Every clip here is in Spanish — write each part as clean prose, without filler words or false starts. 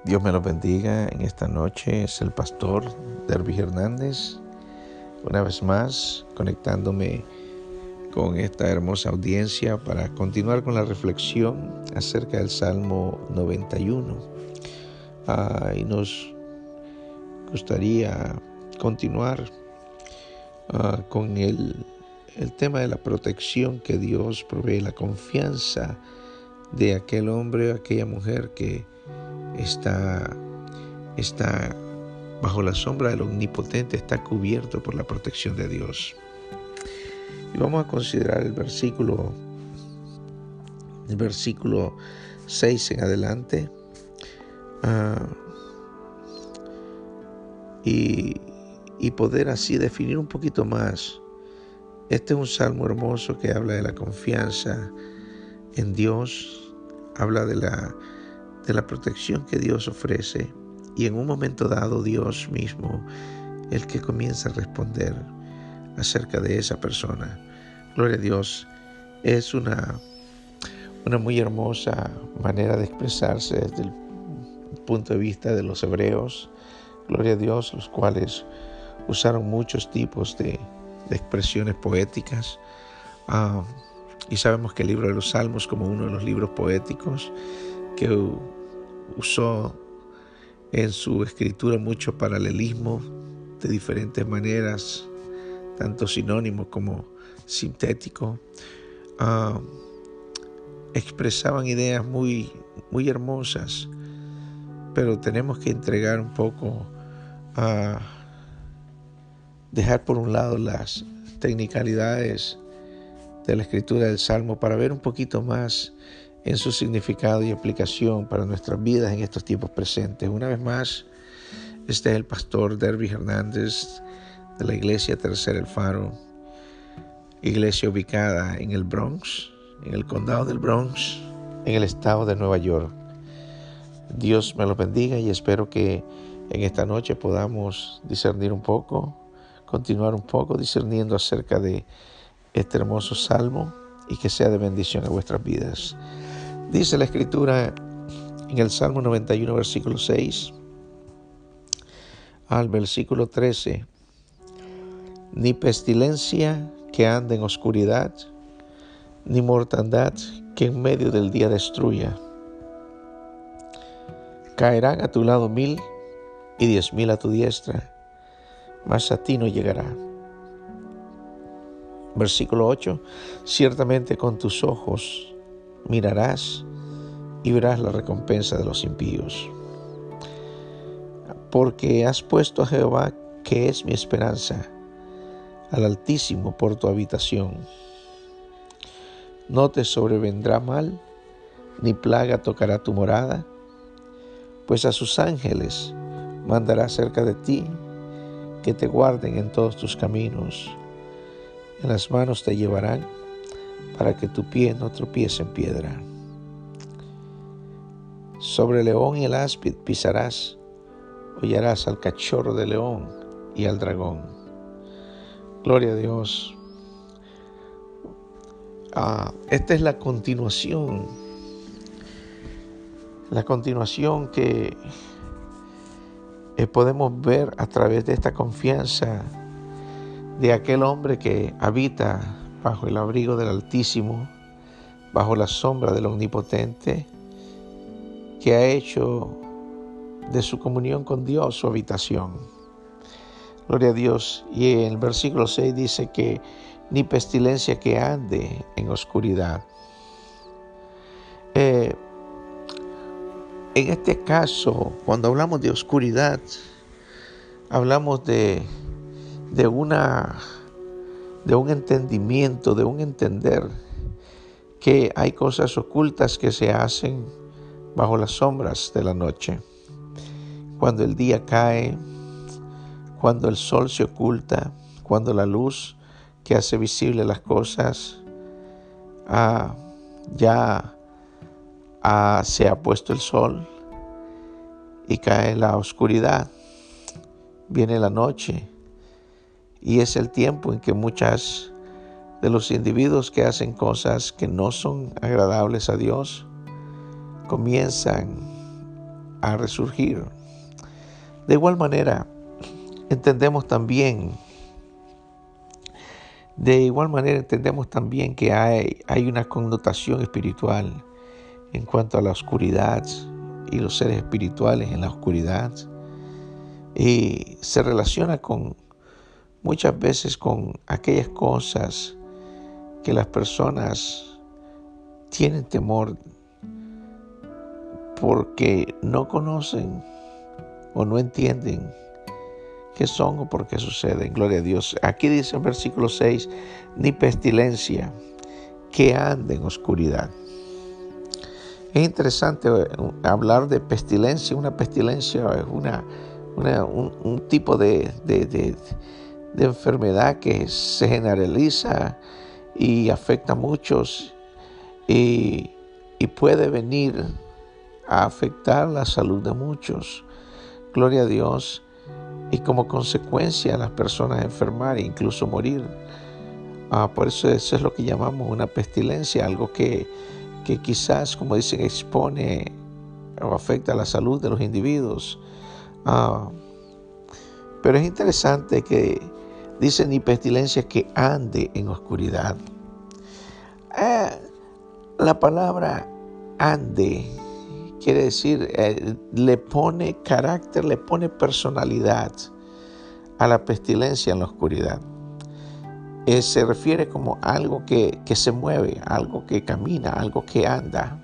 Dios me los bendiga en esta noche. Es el pastor Derby Hernández, una vez más conectándome con esta hermosa audiencia para continuar con la reflexión acerca del Salmo 91. Y nos gustaría continuar con el tema de la protección que Dios provee, la confianza de aquel hombre o aquella mujer que está bajo la sombra del Omnipotente, está cubierto por la protección de Dios. Y vamos a considerar el versículo 6 en adelante. Y poder así definir un poquito más. Este es un salmo hermoso que habla de la confianza en Dios, habla de la protección que Dios ofrece, y en un momento dado Dios mismo, el que comienza a responder acerca de esa persona. Gloria a Dios. Es una muy hermosa manera de expresarse desde el punto de vista de los hebreos. Gloria a Dios, los cuales usaron muchos tipos de expresiones poéticas. Y sabemos que el libro de los Salmos, como uno de los libros poéticos, que usó en su escritura mucho paralelismo de diferentes maneras, tanto sinónimo como sintético, expresaban ideas muy hermosas, pero tenemos que entregar un poco, dejar por un lado las tecnicalidades de la escritura del Salmo para ver un poquito más en su significado y aplicación para nuestras vidas en estos tiempos presentes. Una vez más, este es el pastor Derby Hernández de la iglesia Tercer El Faro, iglesia ubicada en el Bronx, en el condado del Bronx, en el estado de Nueva York. Dios me los bendiga y espero que en esta noche podamos discernir un poco, continuar un poco discerniendo acerca de este hermoso salmo y que sea de bendición a vuestras vidas. Dice la escritura en el Salmo 91, versículo 6 al versículo 13: ni pestilencia que ande en oscuridad, ni mortandad que en medio del día destruya. Caerán a tu lado 1000 y 10,000 a tu diestra, mas a ti no llegará. Versículo 8: ciertamente con tus ojos mirarás y verás la recompensa de los impíos. Porque has puesto a Jehová, que es mi esperanza, al Altísimo por tu habitación. No te sobrevendrá mal, ni plaga tocará tu morada, pues a sus ángeles mandará cerca de ti, que te guarden en todos tus caminos. En las manos te llevarán, para que tu pie no tropiece en piedra. Sobre el león y el áspid pisarás, hollarás al cachorro de león y al dragón. Gloria a Dios. Esta es la continuación que podemos ver a través de esta confianza de aquel hombre que habita bajo el abrigo del Altísimo, bajo la sombra del Omnipotente, que ha hecho de su comunión con Dios su habitación. Gloria a Dios. Y en el versículo 6 dice que ni pestilencia que ande en oscuridad. En este caso, cuando hablamos de oscuridad, hablamos de un entendimiento, de un entender que hay cosas ocultas que se hacen bajo las sombras de la noche. Cuando el día cae, cuando el sol se oculta, cuando la luz que hace visible las cosas se ha puesto el sol y cae la oscuridad, viene la noche, y es el tiempo en que muchas de los individuos que hacen cosas que no son agradables a Dios comienzan a resurgir. De igual manera, entendemos también que hay una connotación espiritual en cuanto a la oscuridad y los seres espirituales en la oscuridad. Y se relaciona muchas veces con aquellas cosas que las personas tienen temor porque no conocen o no entienden qué son o por qué suceden. Gloria a Dios. Aquí dice en versículo 6, ni pestilencia que ande en oscuridad. Es interesante hablar de pestilencia. Una pestilencia es un tipo de enfermedad que se generaliza y afecta a muchos y puede venir a afectar la salud de muchos. Gloria a Dios. Y como consecuencia las personas enfermar e incluso morir. Por eso es lo que llamamos una pestilencia, algo que quizás, como dicen, expone o afecta la salud de los individuos. Pero es interesante que dice ni pestilencia que ande en oscuridad. La palabra ande quiere decir, le pone carácter, le pone personalidad a la pestilencia en la oscuridad. Se refiere como algo que se mueve, algo que camina, algo que anda.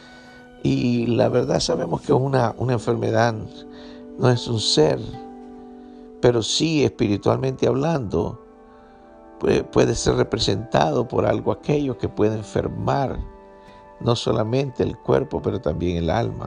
Y la verdad sabemos que una enfermedad no es un ser, pero sí espiritualmente hablando puede ser representado por algo aquello que puede enfermar no solamente el cuerpo, pero también el alma.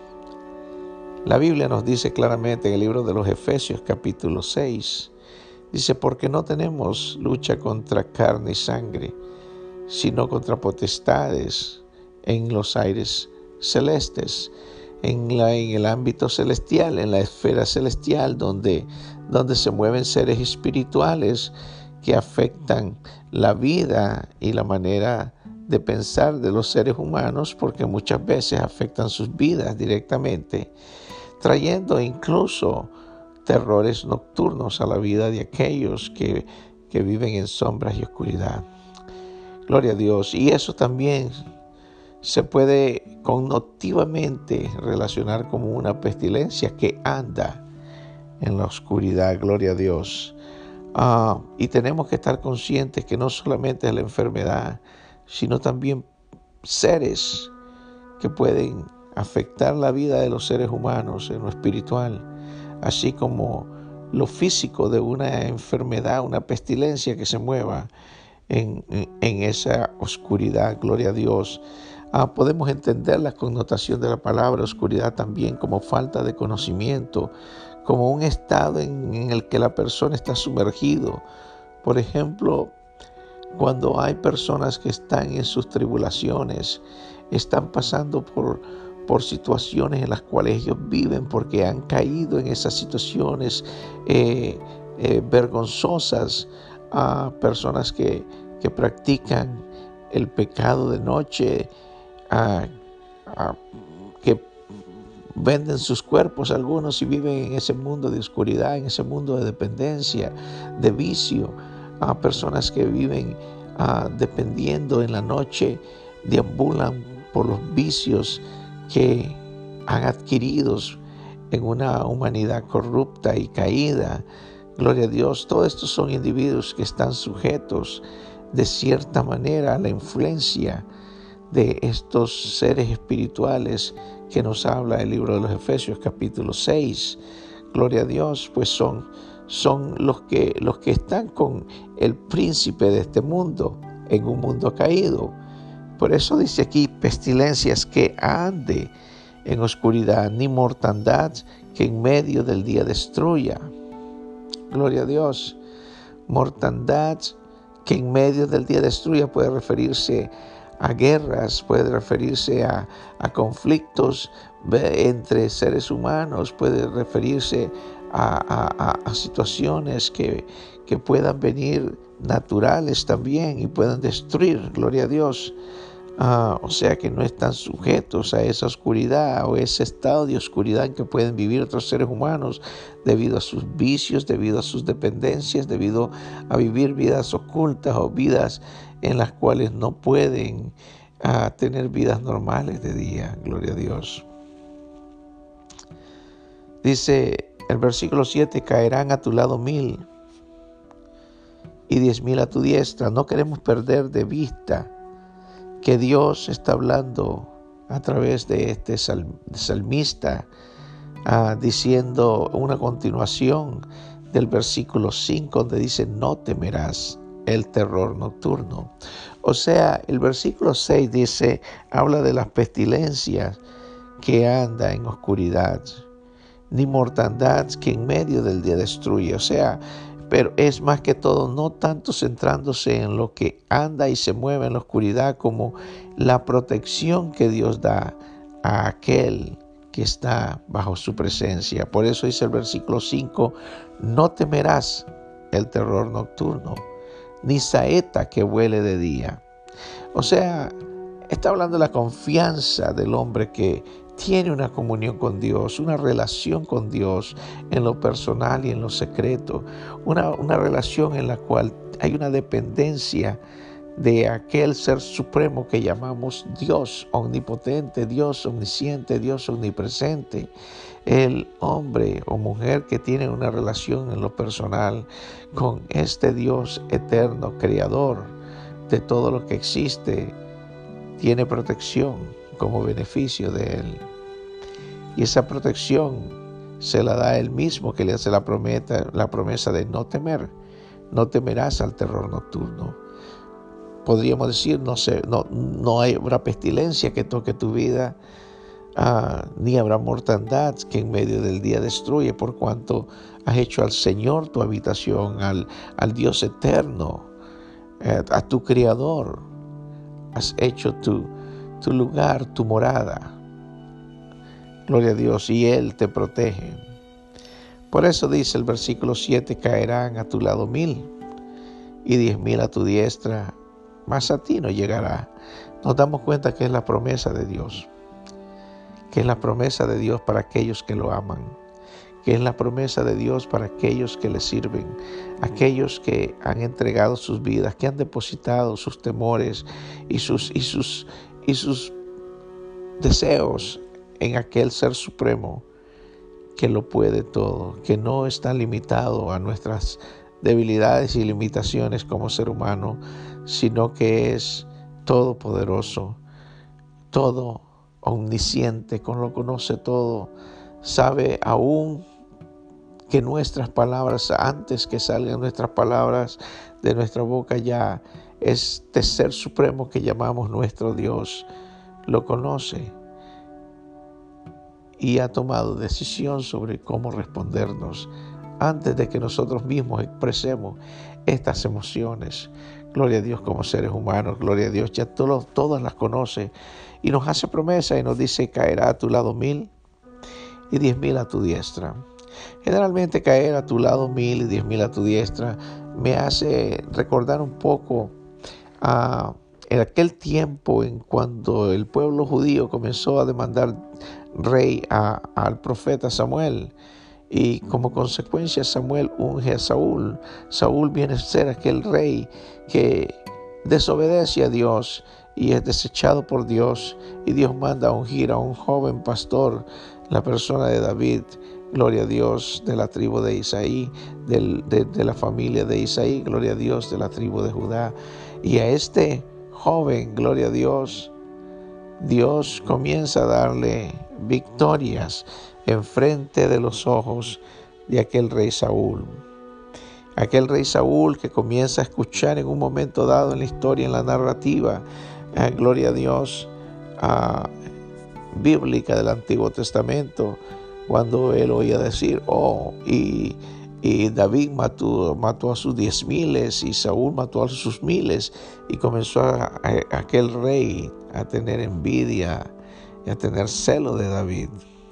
La Biblia nos dice claramente en el libro de los Efesios capítulo 6, dice, porque no tenemos lucha contra carne y sangre, sino contra potestades en los aires celestes, en el ámbito celestial, en la esfera celestial, donde se mueven seres espirituales que afectan la vida y la manera de pensar de los seres humanos, porque muchas veces afectan sus vidas directamente, trayendo incluso terrores nocturnos a la vida de aquellos que viven en sombras y oscuridad. Gloria a Dios. Y eso también se puede connotativamente relacionar como una pestilencia que anda en la oscuridad. Gloria a Dios. Y tenemos que estar conscientes que no solamente es la enfermedad, sino también seres que pueden afectar la vida de los seres humanos en lo espiritual, así como lo físico de una enfermedad, una pestilencia que se mueva en esa oscuridad. Gloria a Dios. Podemos entender la connotación de la palabra oscuridad también como falta de conocimiento, como un estado en el que la persona está sumergido. Por ejemplo, cuando hay personas que están en sus tribulaciones, están pasando por situaciones en las cuales ellos viven porque han caído en esas situaciones vergonzosas, a personas que practican el pecado de noche, que venden sus cuerpos algunos y viven en ese mundo de oscuridad, en ese mundo de dependencia, de vicio. A personas que viven dependiendo en la noche, deambulan por los vicios que han adquirido en una humanidad corrupta y caída. Gloria a Dios. Todos estos son individuos que están sujetos de cierta manera a la influencia de estos seres espirituales que nos habla el libro de los Efesios capítulo 6. Gloria a Dios, pues son los que están con el príncipe de este mundo, en un mundo caído. Por eso dice aquí, pestilencias que ande en oscuridad, ni mortandad que en medio del día destruya. Gloria a Dios. Mortandad que en medio del día destruya puede referirse a guerras, puede referirse a conflictos entre seres humanos, puede referirse a situaciones que puedan venir naturales también y puedan destruir. Gloria a Dios. O sea que no están sujetos a esa oscuridad o ese estado de oscuridad en que pueden vivir otros seres humanos debido a sus vicios, debido a sus dependencias, debido a vivir vidas ocultas o vidas en las cuales no pueden tener vidas normales de día. Gloria a Dios. Dice el versículo 7, caerán a tu lado 1000 y 10,000 a tu diestra. No queremos perder de vista que Dios está hablando a través de este salmista, diciendo una continuación del versículo 5, donde dice, no temerás el terror nocturno. O sea, el versículo 6 dice, habla de las pestilencias que anda en oscuridad, ni mortandad que en medio del día destruye. O sea, pero es más que todo no tanto centrándose en lo que anda y se mueve en la oscuridad, como la protección que Dios da a aquel que está bajo su presencia. Por eso dice el versículo 5, no temerás el terror nocturno, ni saeta que vuele de día. O sea, está hablando de la confianza del hombre que tiene una comunión con Dios, una relación con Dios en lo personal y en lo secreto, una relación en la cual hay una dependencia de aquel ser supremo que llamamos Dios omnipotente, Dios omnisciente, Dios omnipresente. El hombre o mujer que tiene una relación en lo personal con este Dios eterno, creador de todo lo que existe, tiene protección como beneficio de Él. Y esa protección se la da Él mismo, que le hace la promesa de no temer. No temerás al terror nocturno. Podríamos decir, no habrá pestilencia que toque tu vida, ni habrá mortandad que en medio del día destruye, por cuanto has hecho al Señor tu habitación, al Dios eterno, a tu Creador. Has hecho tu lugar, tu morada. Gloria a Dios, y Él te protege. Por eso dice el versículo 7, caerán a tu lado 1000 y 10,000 a tu diestra, mas a ti no llegará. Nos damos cuenta que es la promesa de Dios, que es la promesa de Dios para aquellos que lo aman, que es la promesa de Dios para aquellos que le sirven, aquellos que han entregado sus vidas, que han depositado sus temores y sus deseos en aquel ser supremo que lo puede todo, que no está limitado a nuestras debilidades y limitaciones como ser humano, sino que es todopoderoso, todo omnisciente, lo conoce todo, sabe aún que nuestras palabras, antes que salgan nuestras palabras de nuestra boca, ya este ser supremo que llamamos nuestro Dios lo conoce y ha tomado decisión sobre cómo respondernos antes de que nosotros mismos expresemos estas emociones. Gloria a Dios, como seres humanos, gloria a Dios, ya todas las conoce y nos hace promesa y nos dice, caerá a tu lado 1000 y 10,000 a tu diestra. Generalmente caer a tu lado 1000 y 10,000 a tu diestra me hace recordar un poco en aquel tiempo en cuando el pueblo judío comenzó a demandar rey al profeta Samuel, y como consecuencia Samuel unge a Saúl. Saúl viene a ser aquel rey que desobedece a Dios y es desechado por Dios, y Dios manda a ungir a un joven pastor, la persona de David, gloria a Dios, de la tribu de Isaí, de la familia de Isaí, gloria a Dios, de la tribu de Judá. Y a este joven, gloria a Dios, Dios comienza a darle victorias en frente de los ojos de aquel rey Saúl. Aquel rey Saúl que comienza a escuchar en un momento dado en la historia, en la narrativa, gloria a Dios, bíblica del Antiguo Testamento, cuando él oía decir, y David mató a sus 10,000 y Saúl mató a sus 1000, y comenzó aquel rey a tener envidia y a tener celo de David.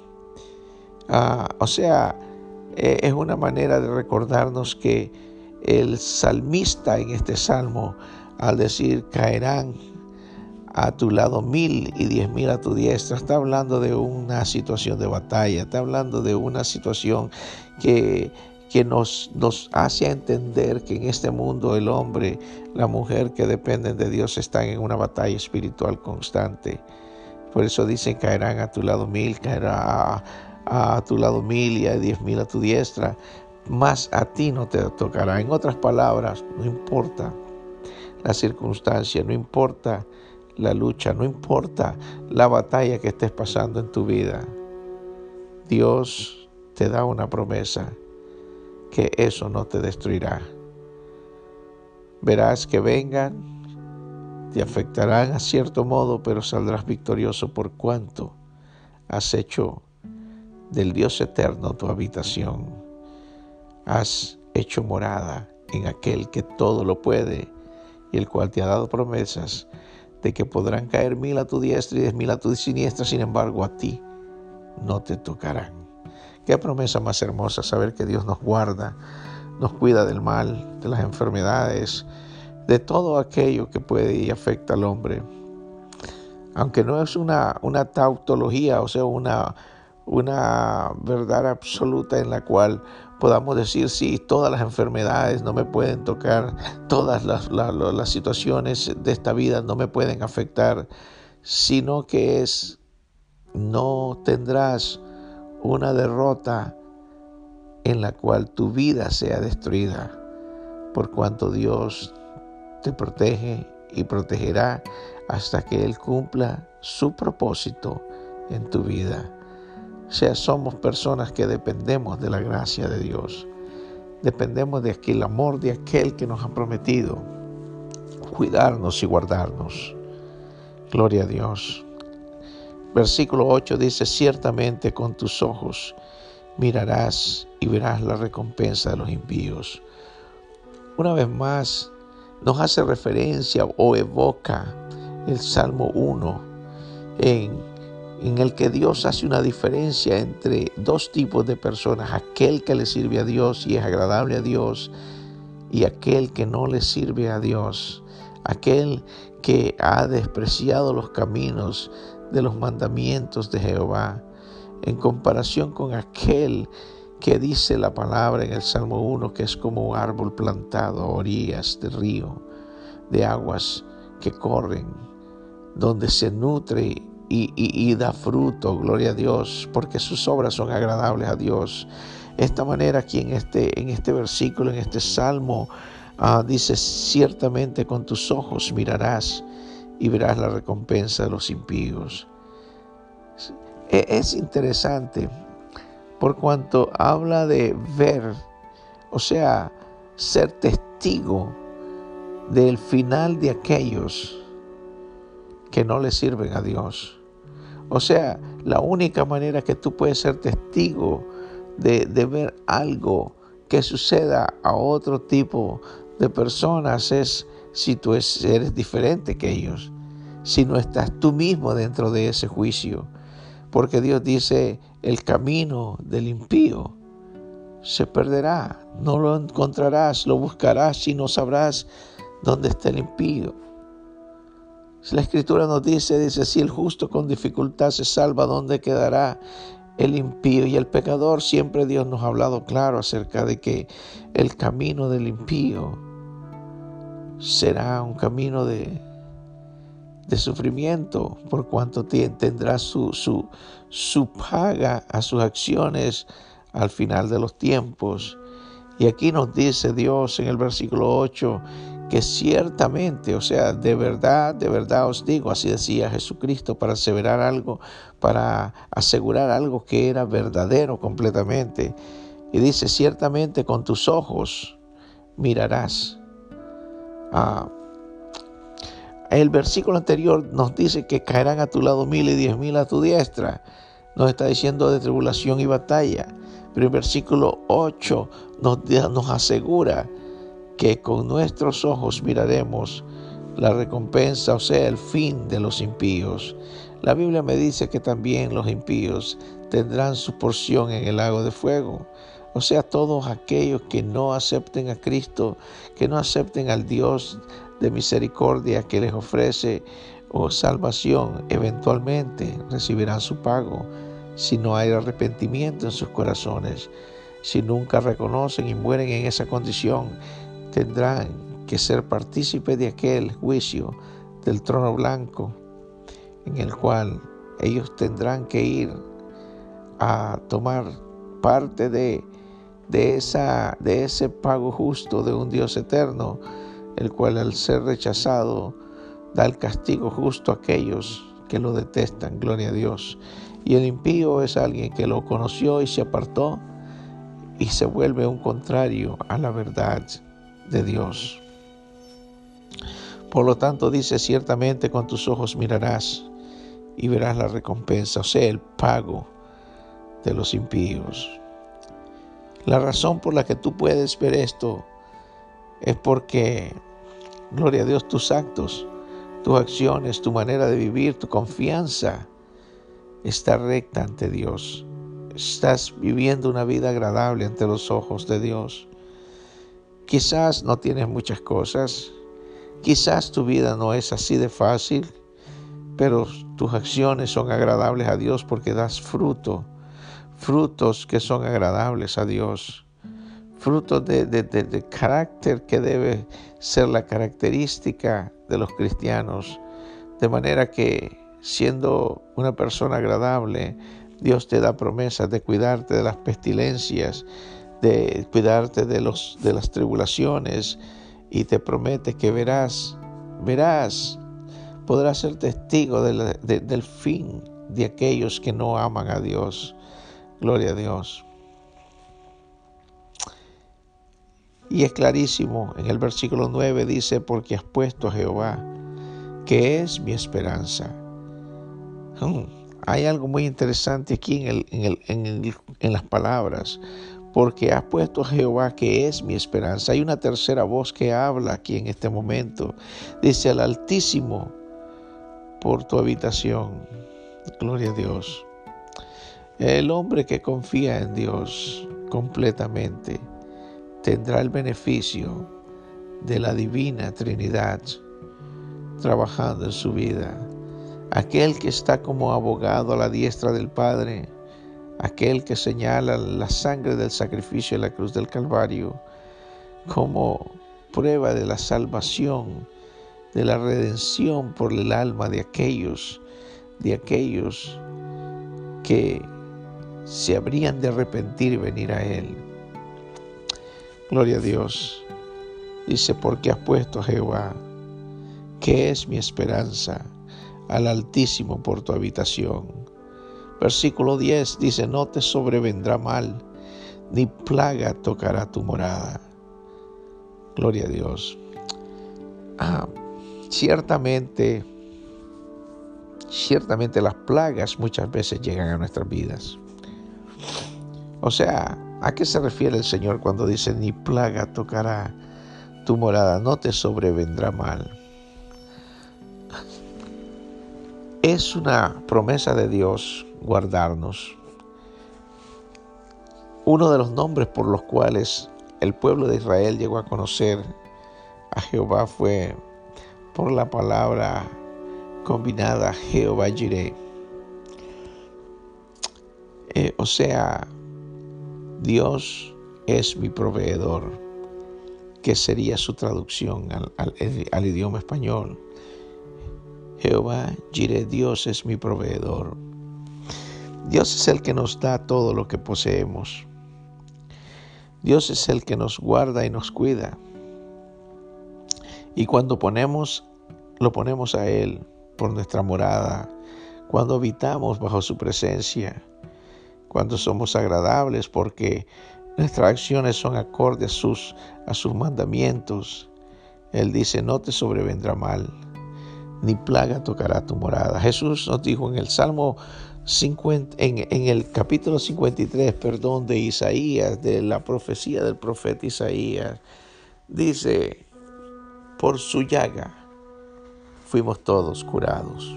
Es una manera de recordarnos que el salmista en este salmo, al decir caerán a tu lado 1,000 y 10,000 a tu diestra. Está hablando de una situación de batalla, está hablando de una situación que nos hace entender que en este mundo el hombre, la mujer que dependen de Dios están en una batalla espiritual constante. Por eso dicen, caerán a tu lado 1,000, caerá a tu lado 1,000 y a 10,000 a tu diestra, mas a ti no te tocará. En otras palabras, no importa la circunstancia, no importa la lucha, no importa la batalla que estés pasando en tu vida, Dios te da una promesa, que eso no te destruirá. Verás que vengan, te afectarán a cierto modo, pero saldrás victorioso por cuanto has hecho del Dios eterno tu habitación. Has hecho morada en aquel que todo lo puede y el cual te ha dado promesas de que podrán caer 1,000 a tu diestra y 10,000 a tu siniestra, sin embargo a ti no te tocarán. Qué promesa más hermosa saber que Dios nos guarda, nos cuida del mal, de las enfermedades, de todo aquello que puede y afecta al hombre. Aunque no es una tautología, o sea, una verdad absoluta en la cual podamos decir, sí, todas las enfermedades no me pueden tocar, todas las situaciones de esta vida no me pueden afectar, sino que no tendrás una derrota en la cual tu vida sea destruida, por cuanto Dios te protege y protegerá hasta que Él cumpla su propósito en tu vida. O sea, somos personas que dependemos de la gracia de Dios. Dependemos de aquel amor de aquel que nos ha prometido cuidarnos y guardarnos. Gloria a Dios. Versículo 8 dice, ciertamente con tus ojos mirarás y verás la recompensa de los impíos. Una vez más, nos hace referencia o evoca el Salmo 1 en el que Dios hace una diferencia entre dos tipos de personas, aquel que le sirve a Dios y es agradable a Dios, y aquel que no le sirve a Dios, aquel que ha despreciado los caminos de los mandamientos de Jehová, en comparación con aquel que dice la palabra en el Salmo 1 que es como un árbol plantado a orillas del río, de aguas que corren, donde se nutre y da fruto, gloria a Dios, porque sus obras son agradables a Dios. De esta manera aquí en este versículo, en este salmo, dice, ciertamente con tus ojos mirarás y verás la recompensa de los impíos. Es interesante por cuanto habla de ver, o sea, ser testigo del final de aquellos que no le sirven a Dios. O sea, la única manera que tú puedes ser testigo de ver algo que suceda a otro tipo de personas es si tú eres diferente que ellos, si no estás tú mismo dentro de ese juicio. Porque Dios dice, el camino del impío se perderá, no lo encontrarás, lo buscarás y no sabrás dónde está el impío. La Escritura nos dice, si el justo con dificultad se salva, ¿dónde quedará el impío? Y el pecador, siempre Dios nos ha hablado claro acerca de que el camino del impío será un camino de sufrimiento, por cuanto tendrá su paga a sus acciones al final de los tiempos. Y aquí nos dice Dios en el versículo 8 que ciertamente, o sea, de verdad os digo, así decía Jesucristo, para asegurar algo que era verdadero completamente. Y dice, ciertamente con tus ojos mirarás. El versículo anterior nos dice que caerán a tu lado 1,000 y 10,000 a tu diestra. Nos está diciendo de tribulación y batalla. Pero el versículo 8 nos asegura que con nuestros ojos miraremos la recompensa, o sea, el fin de los impíos. La Biblia me dice que también los impíos tendrán su porción en el lago de fuego. O sea, todos aquellos que no acepten a Cristo, que no acepten al Dios de misericordia que les ofrece o salvación, eventualmente recibirán su pago si no hay arrepentimiento en sus corazones. Si nunca reconocen y mueren en esa condición, tendrán que ser partícipes de aquel juicio del trono blanco, en el cual ellos tendrán que ir a tomar parte de ese pago justo de un Dios eterno, el cual, al ser rechazado, da el castigo justo a aquellos que lo detestan. Gloria a Dios. Y el impío es alguien que lo conoció y se apartó y se vuelve un contrario a la verdad de Dios. Por lo tanto, dice: ciertamente con tus ojos mirarás y verás la recompensa, o sea, el pago de los impíos. La razón por la que tú puedes ver esto es porque, gloria a Dios, tus actos, tus acciones, tu manera de vivir, tu confianza está recta ante Dios. Estás viviendo una vida agradable ante los ojos de Dios. Quizás no tienes muchas cosas, quizás tu vida no es así de fácil, pero tus acciones son agradables a Dios porque das frutos que son agradables a Dios, frutos de carácter que debe ser la característica de los cristianos, de manera que, siendo una persona agradable, Dios te da promesas de cuidarte de las pestilencias, de cuidarte de las tribulaciones, y te promete que podrás ser testigo del fin de aquellos que no aman a Dios. Gloria a Dios. Y es clarísimo, en el versículo 9 dice: porque has puesto a Jehová, que es mi esperanza. Hay algo muy interesante aquí en las palabras. Porque has puesto a Jehová, que es mi esperanza. Hay una tercera voz que habla aquí en este momento. Dice: al Altísimo por tu habitación. Gloria a Dios. El hombre que confía en Dios completamente tendrá el beneficio de la divina Trinidad trabajando en su vida. Aquel que está como abogado a la diestra del Padre, aquel que señala la sangre del sacrificio en la cruz del Calvario como prueba de la salvación, de la redención por el alma de aquellos que se habrían de arrepentir y venir a Él. Gloria a Dios. Dice: porque has puesto a Jehová, que es mi esperanza, al Altísimo por tu habitación. Versículo 10 dice: no te sobrevendrá mal, ni plaga tocará tu morada. Gloria a Dios. Ciertamente las plagas muchas veces llegan a nuestras vidas. O sea, ¿a qué se refiere el Señor cuando dice: ni plaga tocará tu morada, no te sobrevendrá mal? Es una promesa de Dios guardarnos. Uno de los nombres por los cuales el pueblo de Israel llegó a conocer a Jehová fue por la palabra combinada Jehová Jireh. O sea, Dios es mi proveedor, que sería su traducción al idioma español. Jehová Jireh, Dios es mi proveedor. Dios es el que nos da todo lo que poseemos. Dios es el que nos guarda y nos cuida. Y cuando lo ponemos a Él por nuestra morada, cuando habitamos bajo su presencia, cuando somos agradables porque nuestras acciones son acordes a sus mandamientos, Él dice: no te sobrevendrá mal, ni plaga tocará tu morada. Jesús nos dijo en el Salmo 50, en el capítulo 53, de Isaías, de la profecía del profeta Isaías, dice: por su llaga fuimos todos curados.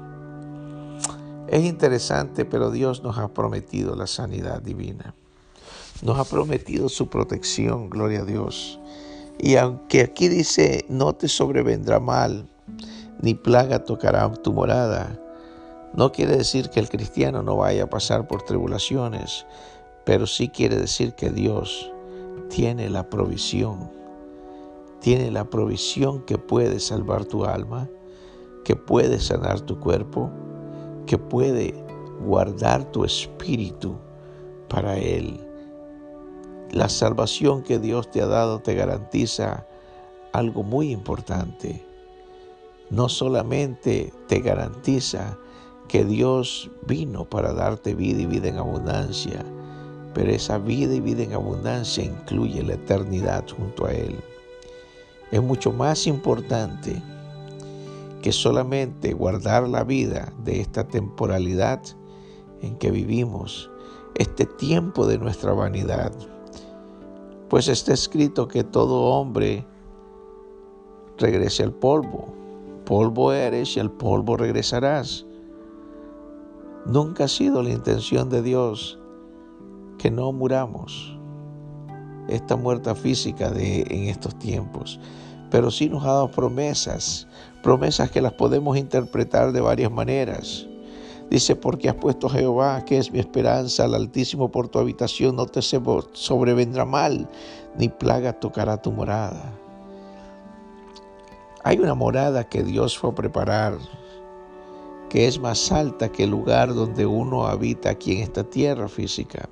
Es interesante, pero Dios nos ha prometido la sanidad divina. Nos ha prometido su protección, gloria a Dios. Y aunque aquí dice: no te sobrevendrá mal, ni plaga tocará tu morada. No quiere decir que el cristiano no vaya a pasar por tribulaciones, pero sí quiere decir que Dios tiene la provisión que puede salvar tu alma, que puede sanar tu cuerpo, que puede guardar tu espíritu para Él. La salvación que Dios te ha dado te garantiza algo muy importante. No solamente te garantiza que Dios vino para darte vida y vida en abundancia, pero esa vida y vida en abundancia incluye la eternidad junto a Él. Es mucho más importante que solamente guardar la vida de esta temporalidad en que vivimos, este tiempo de nuestra vanidad. Pues está escrito que todo hombre regrese al polvo. Polvo eres y al polvo regresarás. Nunca ha sido la intención de Dios que no muramos esta muerte física en estos tiempos, pero sí nos ha dado promesas que las podemos interpretar de varias maneras. Dice, porque has puesto a Jehová, que es mi esperanza, al Altísimo por tu habitación, no te sobrevendrá mal, ni plaga tocará tu morada. Hay una morada que Dios fue a preparar, que es más alta que el lugar donde uno habita aquí en esta tierra física.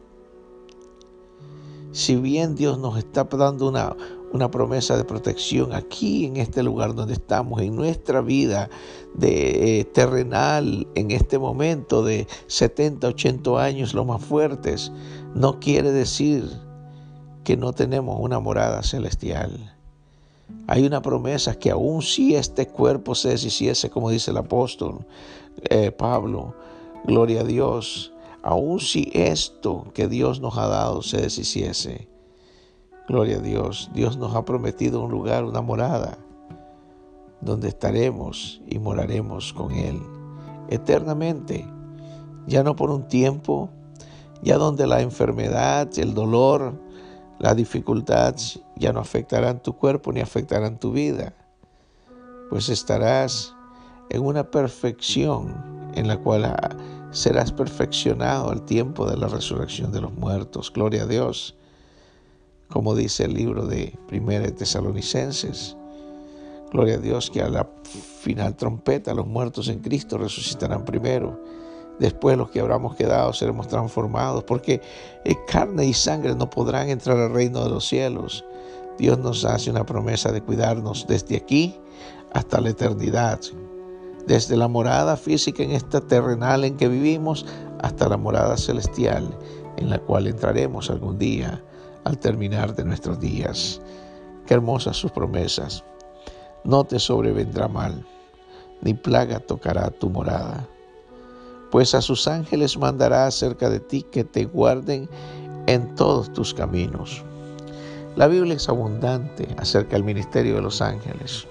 Si bien Dios nos está dando una promesa de protección aquí en este lugar donde estamos, en nuestra vida terrenal, en este momento de 70, 80 años, los más fuertes, no quiere decir que no tenemos una morada celestial. Hay una promesa que aun si este cuerpo se deshiciese, como dice el apóstol Pablo, gloria a Dios, aun si esto que Dios nos ha dado se deshiciese, gloria a Dios, Dios nos ha prometido un lugar, una morada, donde estaremos y moraremos con Él eternamente, ya no por un tiempo, ya donde la enfermedad, el dolor, la dificultad ya no afectarán tu cuerpo ni afectarán tu vida, pues estarás en una perfección en la cual serás perfeccionado al tiempo de la resurrección de los muertos. Gloria a Dios. Como dice el libro de 1 Tesalonicenses. Gloria a Dios, que a la final trompeta los muertos en Cristo resucitarán primero. Después los que habramos quedado seremos transformados, porque carne y sangre no podrán entrar al reino de los cielos. Dios nos hace una promesa de cuidarnos desde aquí hasta la eternidad. Desde la morada física en esta terrenal en que vivimos hasta la morada celestial en la cual entraremos algún día al terminar de nuestros días. Qué hermosas sus promesas. No te sobrevendrá mal, ni plaga tocará tu morada. Pues a sus ángeles mandará acerca de ti que te guarden en todos tus caminos. La Biblia es abundante acerca del ministerio de los ángeles.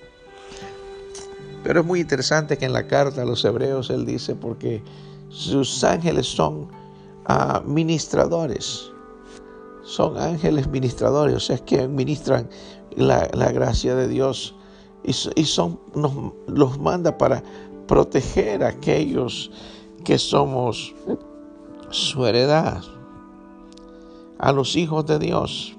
Pero es muy interesante que en la carta a los hebreos él dice, porque sus ángeles son ministradores. Son ángeles ministradores, o sea, que ministran la gracia de Dios y los manda para proteger a aquellos que somos su heredad, a los hijos de Dios.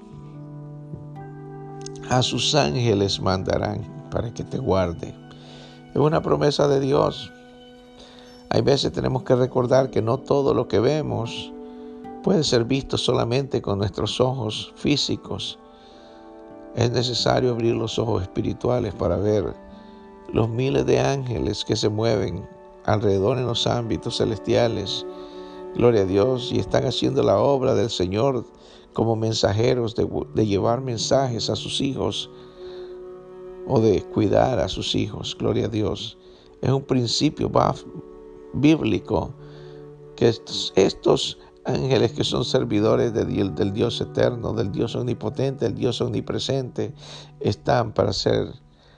A sus ángeles mandarán para que te guarde. Es una promesa de Dios. Hay veces tenemos que recordar que no todo lo que vemos puede ser visto solamente con nuestros ojos físicos. Es necesario abrir los ojos espirituales para ver los miles de ángeles que se mueven alrededor en los ámbitos celestiales. Gloria a Dios, y están haciendo la obra del Señor como mensajeros de llevar mensajes a sus hijos o de cuidar a sus hijos. Gloria a Dios. Es un principio bíblico que estos ángeles que son servidores del Dios eterno, del Dios omnipotente, del Dios omnipresente, están para ser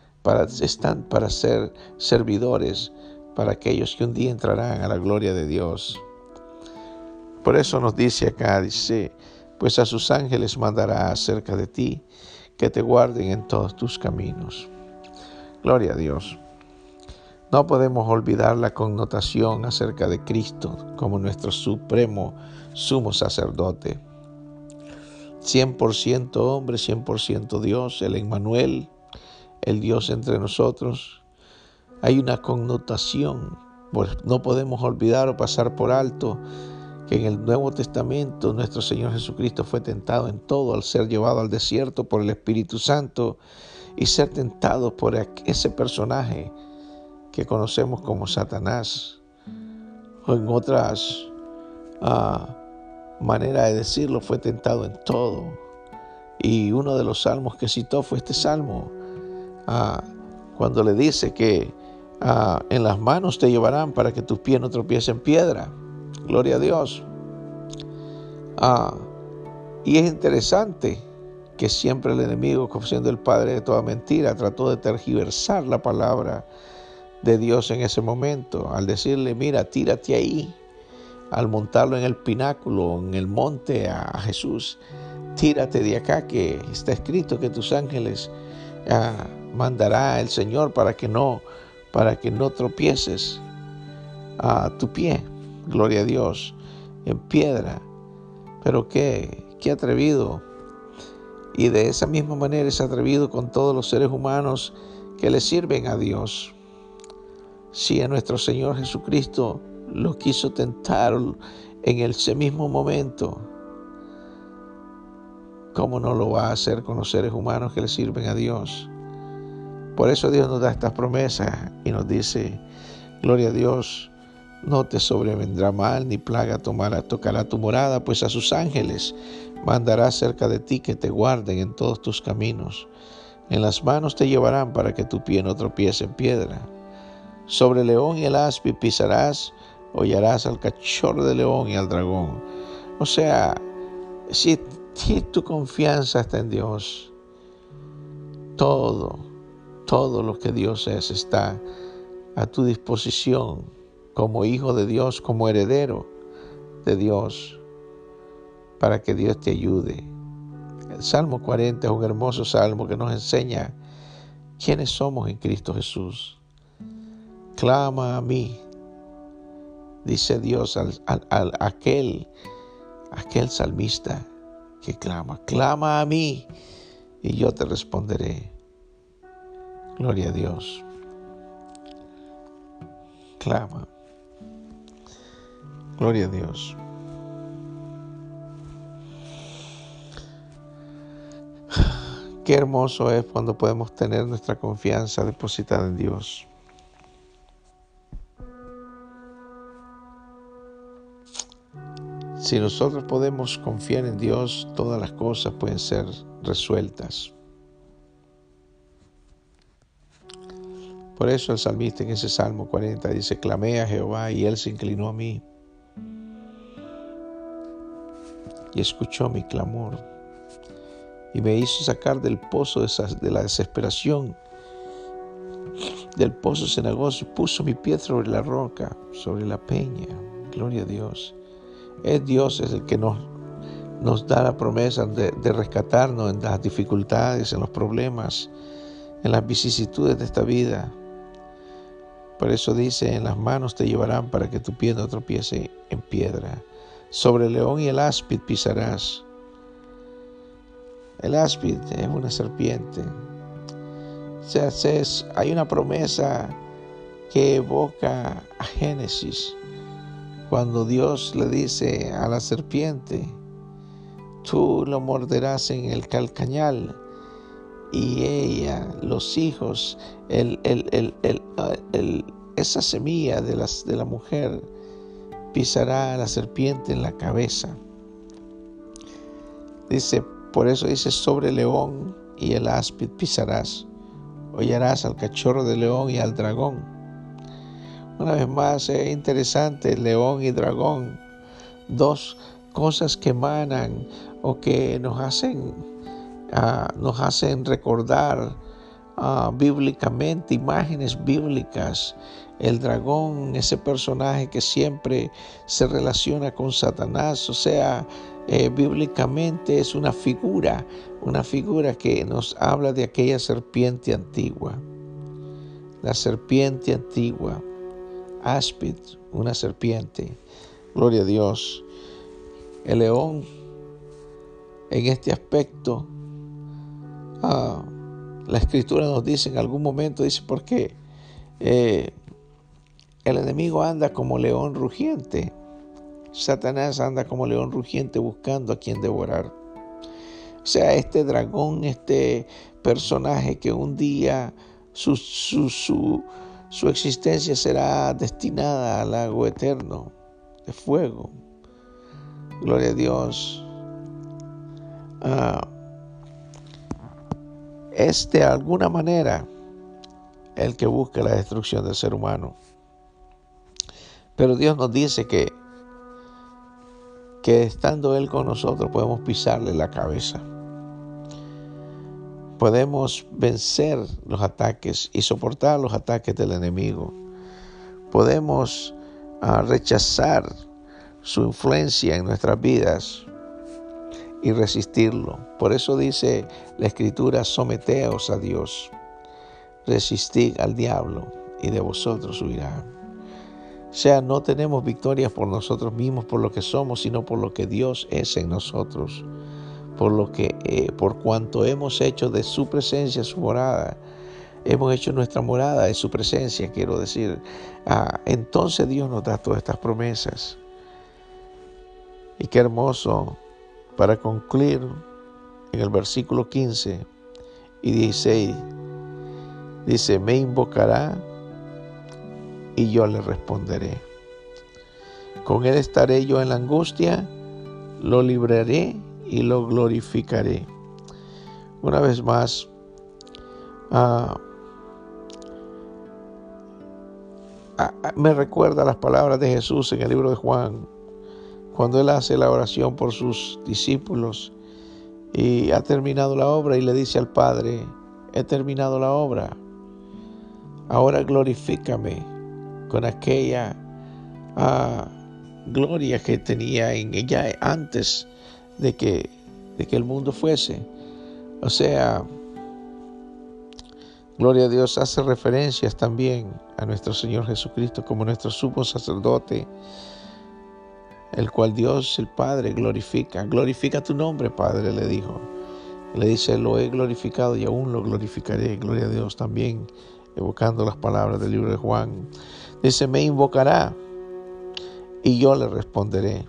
servidores para aquellos que un día entrarán a la gloria de Dios. Por eso nos dice acá, dice, pues a sus ángeles mandará acerca de ti, que te guarden en todos tus caminos. Gloria a Dios. No podemos olvidar la connotación acerca de Cristo como nuestro supremo sumo sacerdote. 100% hombre, 100% Dios, el Emmanuel, el Dios entre nosotros. Hay una connotación, pues no podemos olvidar o pasar por alto que en el Nuevo Testamento nuestro Señor Jesucristo fue tentado en todo al ser llevado al desierto por el Espíritu Santo y ser tentado por ese personaje que conocemos como Satanás, o en otras maneras de decirlo, fue tentado en todo. Y uno de los salmos que citó fue este salmo, cuando le dice que en las manos te llevarán para que tus pies no tropiecen en piedra. Gloria a Dios. Y es interesante que siempre el enemigo, como siendo el padre de toda mentira, trató de tergiversar la palabra de Dios en ese momento, al decirle, mira, tírate ahí, al montarlo en el pináculo, en el monte a Jesús, tírate de acá, que está escrito que tus ángeles mandará el Señor para que no tropieces a tu pie, gloria a Dios, en piedra. Pero qué atrevido. Y de esa misma manera es atrevido con todos los seres humanos que le sirven a Dios. Si a nuestro Señor Jesucristo lo quiso tentar en ese mismo momento, ¿cómo no lo va a hacer con los seres humanos que le sirven a Dios? Por eso Dios nos da estas promesas y nos dice, gloria a Dios, no te sobrevendrá mal ni plaga tocará tu morada, pues a sus ángeles mandará cerca de ti que te guarden en todos tus caminos. En las manos te llevarán para que tu pie no tropiece en piedra. Sobre el león y el áspid pisarás, hollarás al cachorro de león y al dragón. O sea, si tu confianza está en Dios, todo lo que Dios es está a tu disposición como hijo de Dios, como heredero de Dios, para que Dios te ayude. El Salmo 40 es un hermoso salmo que nos enseña quiénes somos en Cristo Jesús. Clama a mí, dice Dios a aquel salmista que clama a mí y yo te responderé. Gloria a Dios. Clama. Gloria a Dios. Qué hermoso es cuando podemos tener nuestra confianza depositada en Dios. Si nosotros podemos confiar en Dios, todas las cosas pueden ser resueltas. Por eso el salmista en ese Salmo 40 dice, clamé a Jehová y Él se inclinó a mí y escuchó mi clamor y me hizo sacar del pozo de la desesperación, del pozo cenagoso, y puso mi pie sobre la roca, sobre la peña. Gloria a Dios. Es Dios el que nos da la promesa de rescatarnos en las dificultades, en los problemas, en las vicisitudes de esta vida. Por eso dice, en las manos te llevarán para que tu pie no tropiece en piedra. Sobre el león y el áspid pisarás. El áspid es una serpiente. O sea, hay una promesa que evoca a Génesis, cuando Dios le dice a la serpiente, tú lo morderás en el calcañal, y ella, los hijos, esa semilla de la mujer pisará a la serpiente en la cabeza. Dice, por eso dice, sobre el león y el áspid pisarás, hollarás al cachorro de león y al dragón. Una vez más, es interesante, león y dragón, dos cosas que emanan o que nos hacen recordar bíblicamente, imágenes bíblicas. El dragón, ese personaje que siempre se relaciona con Satanás, o sea, bíblicamente es una figura que nos habla de aquella serpiente antigua. la serpiente antigua, áspid, una serpiente. Gloria a Dios. El león, en este aspecto, la Escritura nos dice en algún momento, dice, porque el enemigo anda como león rugiente. Satanás anda como león rugiente buscando a quien devorar. O sea, este dragón, este personaje que un día su existencia será destinada al lago eterno de fuego. Gloria a Dios. Es de alguna manera el que busca la destrucción del ser humano. Pero Dios nos dice que estando Él con nosotros podemos pisarle la cabeza. Podemos vencer los ataques y soportar los ataques del enemigo. Podemos rechazar su influencia en nuestras vidas y resistirlo. Por eso dice la Escritura: someteos a Dios, resistid al diablo y de vosotros huirá. O sea, no tenemos victorias por nosotros mismos, por lo que somos, sino por lo que Dios es en nosotros. Por cuanto hemos hecho de su presencia su morada, hemos hecho nuestra morada de su presencia, quiero decir. Entonces Dios nos da todas estas promesas. Y qué hermoso, para concluir, en el versículo 15 y 16, dice: me invocará y yo le responderé. Con él estaré yo en la angustia, lo libraré y lo glorificaré. Una vez más, me recuerda las palabras de Jesús en el libro de Juan, cuando él hace la oración por sus discípulos y ha terminado la obra y le dice al Padre: he terminado la obra, ahora glorifícame con aquella gloria que tenía en ella antes de que el mundo fuese. O sea, gloria a Dios, hace referencias también a nuestro Señor Jesucristo como nuestro sumo sacerdote, el cual Dios el Padre glorifica. Glorifica tu nombre, Padre, le dijo. Le dice: lo he glorificado y aún lo glorificaré. Gloria a Dios, también evocando las palabras del libro de Juan. Dice: me invocará y yo le responderé.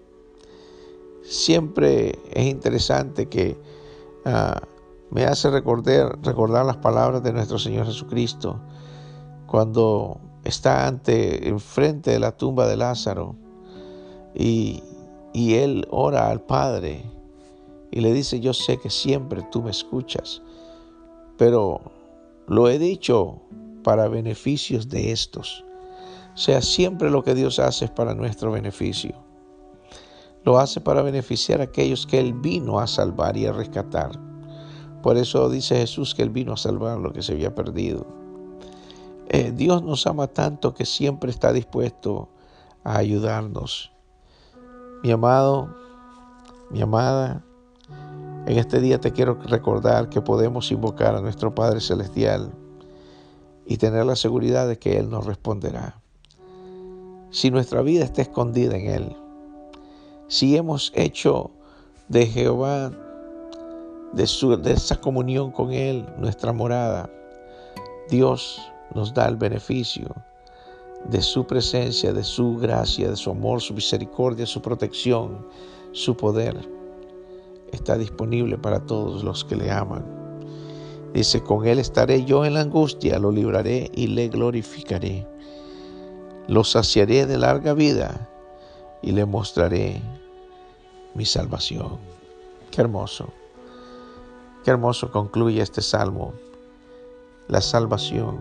Siempre es interesante que me hace recordar las palabras de nuestro Señor Jesucristo cuando está enfrente de la tumba de Lázaro y él ora al Padre y le dice: yo sé que siempre tú me escuchas, pero lo he dicho para beneficios de estos. O sea, siempre lo que Dios hace es para nuestro beneficio. Lo hace para beneficiar a aquellos que Él vino a salvar y a rescatar. Por eso dice Jesús que Él vino a salvar lo que se había perdido. Dios nos ama tanto que siempre está dispuesto a ayudarnos. Mi amado, mi amada, en este día te quiero recordar que podemos invocar a nuestro Padre Celestial y tener la seguridad de que Él nos responderá. Si nuestra vida está escondida en Él, si hemos hecho de Jehová, de esa comunión con Él, nuestra morada, Dios nos da el beneficio de su presencia, de su gracia, de su amor, su misericordia, su protección, su poder. Está disponible para todos los que le aman. Dice: con Él estaré yo en la angustia, lo libraré y le glorificaré. Lo saciaré de larga vida y le mostraré mi salvación. Qué hermoso concluye este salmo. La salvación.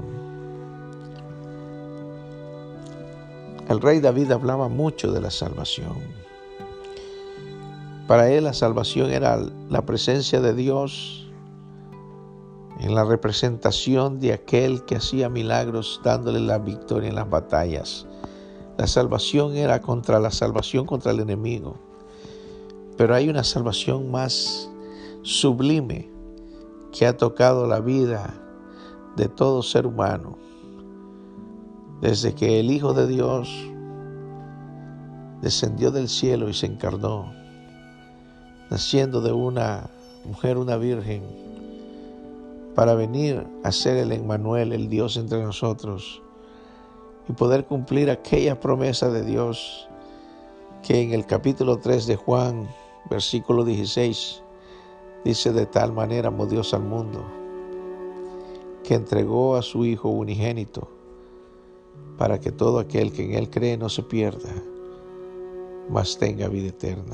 El rey David hablaba mucho de la salvación. Para él la salvación era la presencia de Dios en la representación de aquel que hacía milagros dándole la victoria en las batallas. La salvación era la salvación contra el enemigo. Pero hay una salvación más sublime que ha tocado la vida de todo ser humano. Desde que el Hijo de Dios descendió del cielo y se encarnó, naciendo de una mujer, una virgen, para venir a ser el Emmanuel, el Dios entre nosotros, y poder cumplir aquella promesa de Dios que en el capítulo 3 de Juan, versículo 16, dice: de tal manera amó Dios al mundo, que entregó a su Hijo unigénito, para que todo aquel que en Él cree no se pierda, mas tenga vida eterna.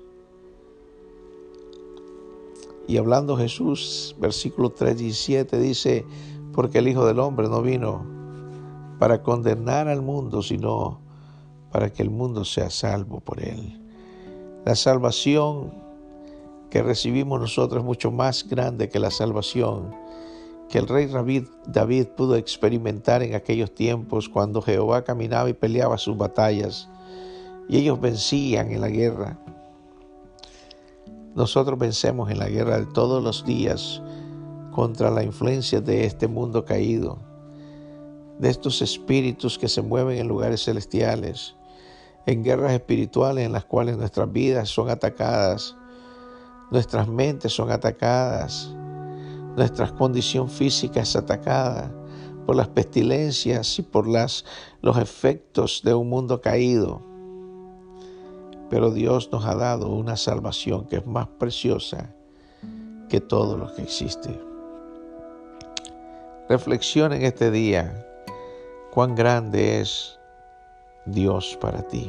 Y hablando Jesús, versículo 3:17 dice: porque el Hijo del Hombre no vino para condenar al mundo, sino para que el mundo sea salvo por Él. La salvación que recibimos nosotros es mucho más grande que la salvación que el rey David pudo experimentar en aquellos tiempos, cuando Jehová caminaba y peleaba sus batallas y ellos vencían en la guerra. Nosotros vencemos en la guerra de todos los días contra la influencia de este mundo caído, de estos espíritus que se mueven en lugares celestiales, en guerras espirituales en las cuales nuestras vidas son atacadas, nuestras mentes son atacadas, nuestra condición física es atacada por las pestilencias y por los efectos de un mundo caído. Pero Dios nos ha dado una salvación que es más preciosa que todo lo que existe. Reflexiona en este día cuán grande es Dios para ti.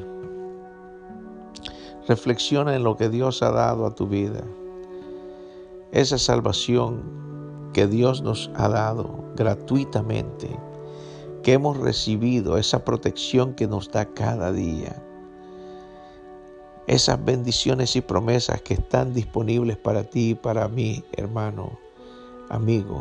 Reflexiona en lo que Dios ha dado a tu vida. Esa salvación que Dios nos ha dado gratuitamente, que hemos recibido, esa protección que nos da cada día, esas bendiciones y promesas que están disponibles para ti y para mí, hermano, amigo,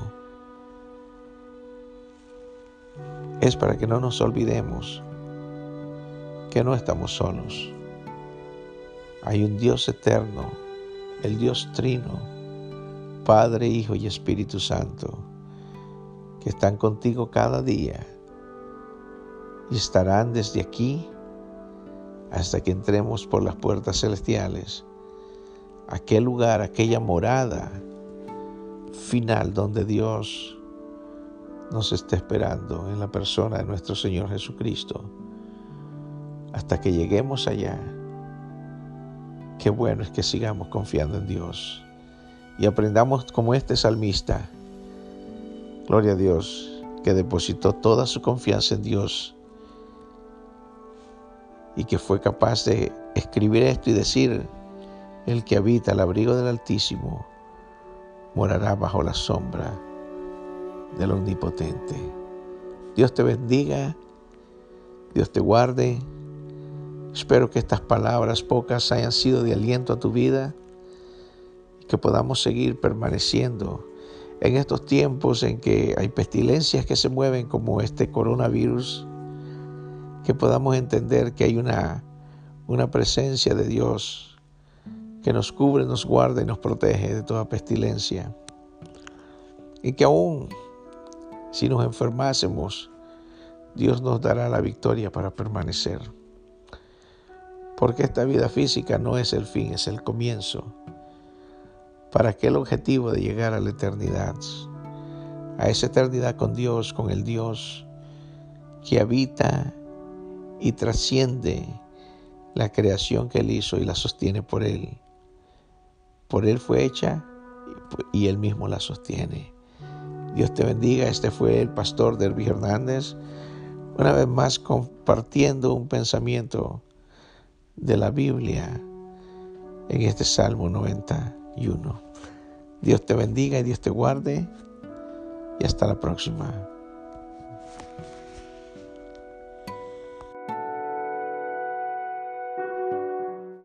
es para que no nos olvidemos que no estamos solos. Hay un Dios eterno, el Dios Trino, Padre, Hijo y Espíritu Santo, que están contigo cada día y estarán desde aquí hasta que entremos por las puertas celestiales, aquel lugar, aquella morada final donde Dios nos está esperando en la persona de nuestro Señor Jesucristo. Hasta que lleguemos allá, qué bueno es que sigamos confiando en Dios y aprendamos como este salmista, gloria a Dios, que depositó toda su confianza en Dios y que fue capaz de escribir esto y decir: el que habita al abrigo del Altísimo morará bajo la sombra del Omnipotente. Dios te bendiga, Dios te guarde. Espero que estas palabras pocas hayan sido de aliento a tu vida y que podamos seguir permaneciendo en estos tiempos en que hay pestilencias que se mueven como este coronavirus, que podamos entender que hay una presencia de Dios que nos cubre, nos guarda y nos protege de toda pestilencia. Y que aún si nos enfermásemos, Dios nos dará la victoria para permanecer. Porque esta vida física no es el fin, es el comienzo para aquel objetivo de llegar a la eternidad, a esa eternidad con Dios, con el Dios que habita y trasciende la creación que Él hizo y la sostiene por Él. Por Él fue hecha y Él mismo la sostiene. Dios te bendiga. Este fue el pastor Derby Hernández, una vez más compartiendo un pensamiento de la Biblia en este Salmo 91. Dios te bendiga y Dios te guarde, y hasta la próxima.